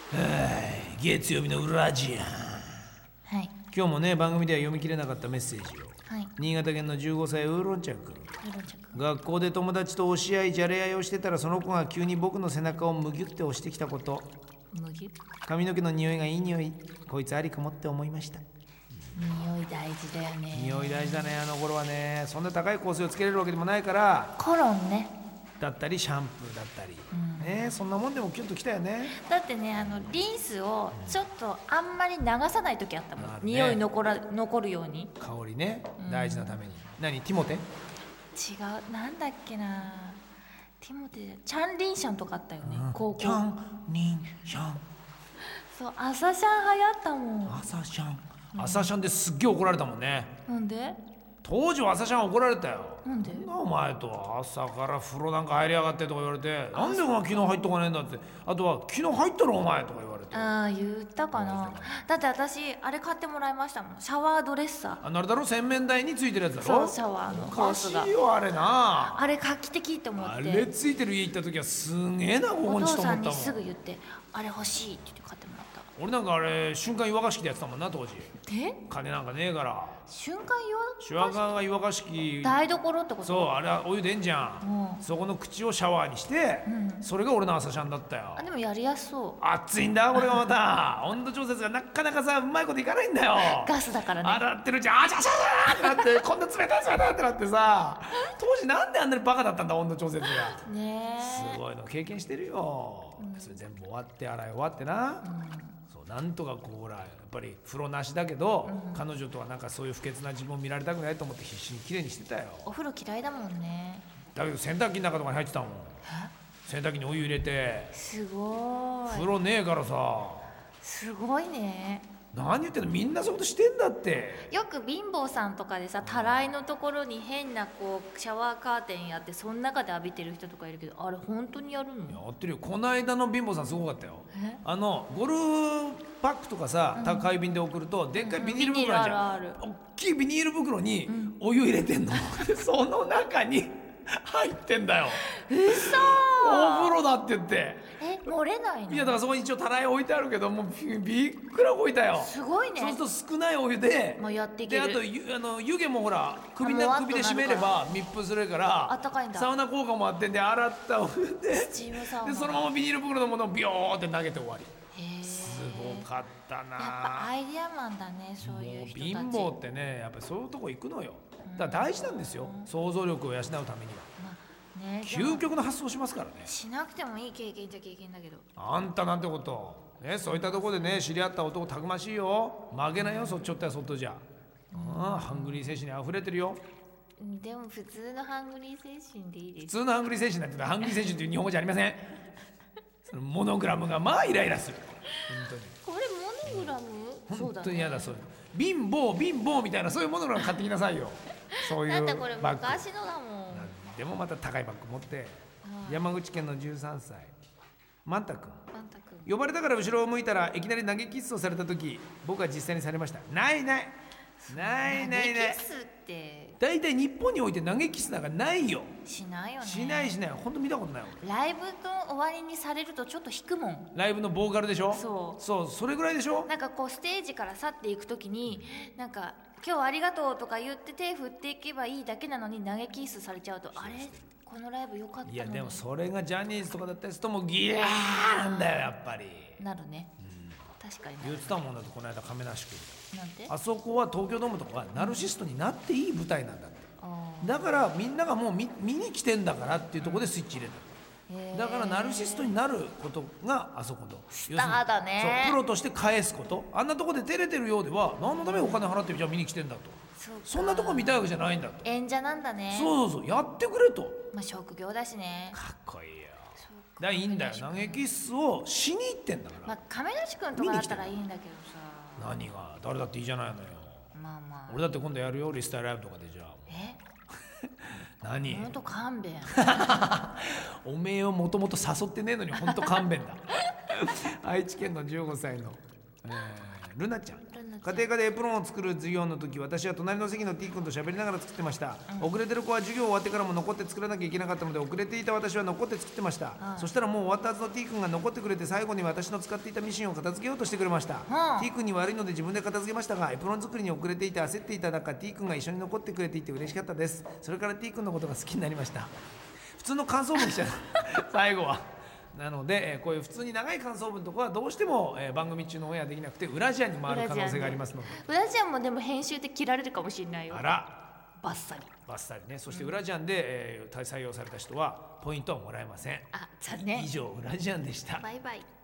月曜日の裏ジアン。 はい。 今日もね、番組では読み切れなかったメッセージを。 はい。 新潟県の15歳ウーロン茶君。学校で友達と押し合いじゃれ合いをしてたら、その子が急に僕の背中をむぎゅって押してきたこと。 むぎゅ。 髪の毛の匂いがいい匂い。こいつありかもって思いました。 匂い大事だよね。 匂い大事だね。あの頃はね、そんな高い香水をつけれるわけでもないから、 コロンね。 だったりシャンプーだったり、ね、そんなもんでもキュンときたよね。 だってね、リンスをちょっとあんまり流さない時あったもん、 ね、 匂い残るように。 香りね、大事なために。何、ティモテ？違う、なんだっけな、ティモテ、チャンリンシャンとかあったよね、高校。 チャンリンシャン。 そう、朝シャン流行ったもん。 朝シャン、朝シャンですっげえ怒られたもんね。 なんで？ 当時は朝シャン怒られたよ。 なんで？ お前と朝から風呂なんか入りやがってとか言われて、なんでお前昨日入っとかねえんだって、あとは昨日入ったろお前とか言われて。 ああ、言ったかな。だって私あれ買ってもらいましたもん、シャワードレッサー。 あれだろ、洗面台についてるやつだろ。 そう、シャワーのホースが。 おかしいよあれな。 あれ画期的って思って。 あれついてる家行った時はすげえな、ここおにしと思ったもん。 父さんにすぐ言って、あれ欲しいって言って買ってもらった。 俺なんかあれ瞬間湯沸かし器でやってたもんな当時。金なんかねえから。 瞬間シュワカンが湯沸かし器、 台所ってこと？ そう、あれはお湯出んじゃん、そこの口をシャワーにして、それが俺の朝シャンだったよ。 あ、でもやりやすそう。 熱いんだこれがまた温度調節がなかなかさ、うまいこといかないんだよ。 ガスだからね。 洗ってるうちにあちゃちゃちゃってなって、こんな冷たい冷たいってなってさ、当時なんであんなにバカだったんだ、温度調節が。 ねえ、 すごいの経験してるよ、それ全部終わって、洗い終わってな、なんとかこう、ほらやっぱり風呂なしだけど、彼女とはなんかそういう不潔な自分を見られたくないと思って必死にきれいにしてたよ。 お風呂嫌いだもんね。 だけど洗濯機の中とかに入ってたもん。洗濯機にお湯入れて。 すごい。 風呂ねえからさ。 すごいね。 何言ってんの、みんなそういうことしてんだって。 よく貧乏さんとかでさ、たらいのところに変なこうシャワーカーテンやって、その中で浴びてる人とかいるけど、あれ本当にやるの？ やってるよ。この間の貧乏さんすごかったよ。ゴルフパックとかさ、宅配便で送るとでっかいビニール袋あるじゃん。大きいビニール袋にお湯入れてんの、その中に入ってんだよ。 うそー。 お風呂だって言って。 漏れないの？ いや、だからそこに一応たらい置いてあるけど、もうびっくらこいたよ。 すごいね。 そうすると少ないお湯で、 もうやっていける。 で、あと湯気もほら首で締めれば密封するからあったかいんだ。 サウナ効果もあってんで、洗ったお湯でスチームサウナで、そのままビニール袋のものをビヨーって投げて終わり。 へー、 すごかったな。 やっぱアイディアマンだね、そういう人たち。 貧乏ってね、やっぱりそういうとこ行くのよ。だから大事なんですよ、想像力を養うためには。 ね、 究極の発想しますからね。 しなくてもいい経験じゃ経験だけど。 あんたなんてことね、そういったところでね知り合った男たくましいよ。負けないよ、そっちょったやそっとじゃ。ハングリー精神にあふれてるよ。 でも普通のハングリー精神でいいです。 普通のハングリー精神なんて、ハングリー精神という日本語じゃありません。そのモノグラムがまあイライラする。 本当にこれモノグラム？ 本当に嫌だ。そういう貧乏みたいな、そういうモノグラム買ってきなさいよ。そういうだってこれバッグ。 昔のだもん。 でもまた高いバッグ持って。山口県の13歳マンタ君。呼ばれたから後ろを向いたら、いきなり投げキッスをされた時、僕は実際にされました。ないないないないない。 投げキスって大体日本において投げキスなんかないよ。 しないよね。 しないしない。本当見たことない。 ライブの終わりにされるとちょっと引くもん。 ライブのボーカルでしょ。 そうそれぐらいでしょ。 なんかこうステージから去っていくときに、なんか今日ありがとうとか言って手振っていけばいいだけなのに投げキスされちゃうと、あれこのライブ良かったのに。 いやでもそれがジャニーズとかだったりすると、もうギヤーなんだよやっぱり。 なるね、確かに言ってたもんだと、この間亀梨君。 なんて？ あそこは東京ドームとかはナルシストになっていい舞台なんだって。だからみんながもう 見に来てんだからっていうところでスイッチ入れた。だからナルシストになることがあそこと。 スターだね。 そう、プロとして返すこと。あんなとこで照れてるようでは、何のためにお金払ってじゃあ見に来てんだと。そんなとこ見たいわけじゃないんだと。 演者なんだね。 そうやってくれと。 まあ職業だしね。 かっこいいよ。だからいいんだよ、投げキッスをしに行ってんだから。 まあ亀梨君とかだったらいいんだけどさ。 何が誰だっていいじゃないのよ。 まあまあ俺だって今度やるよ、リスタイルライブとかで。じゃあ何？ ほんと勘弁。 おめえをもともと誘ってねえのにほんと勘弁だ。愛知県の15歳の、 ルナちゃん、家庭科でエプロンを作る授業の時、私は隣の席の T 君と喋りながら作ってました、遅れてる子は授業終わってからも残って作らなきゃいけなかったので、遅れていた私は残って作ってました、そしたらもう終わったはずの T 君が残ってくれて、最後に私の使っていたミシンを片付けようとしてくれました、T 君に悪いので自分で片付けましたが、エプロン作りに遅れていて焦っていた中、 T 君が一緒に残ってくれていて嬉しかったです。それから T 君のことが好きになりました。普通の感想文にしちゃう最後はなので、こういう普通に長い感想文とかはどうしても、番組中のオンエアできなくて裏ジアに回る可能性がありますので、 裏ジアンもでも編集で切られるかもしれないよ。 あらバッサリバッサリね。そして裏ジアンで、採用された人はポイントはもらえません。 あ、残念。 以上裏ジアンでした。 バイバイ。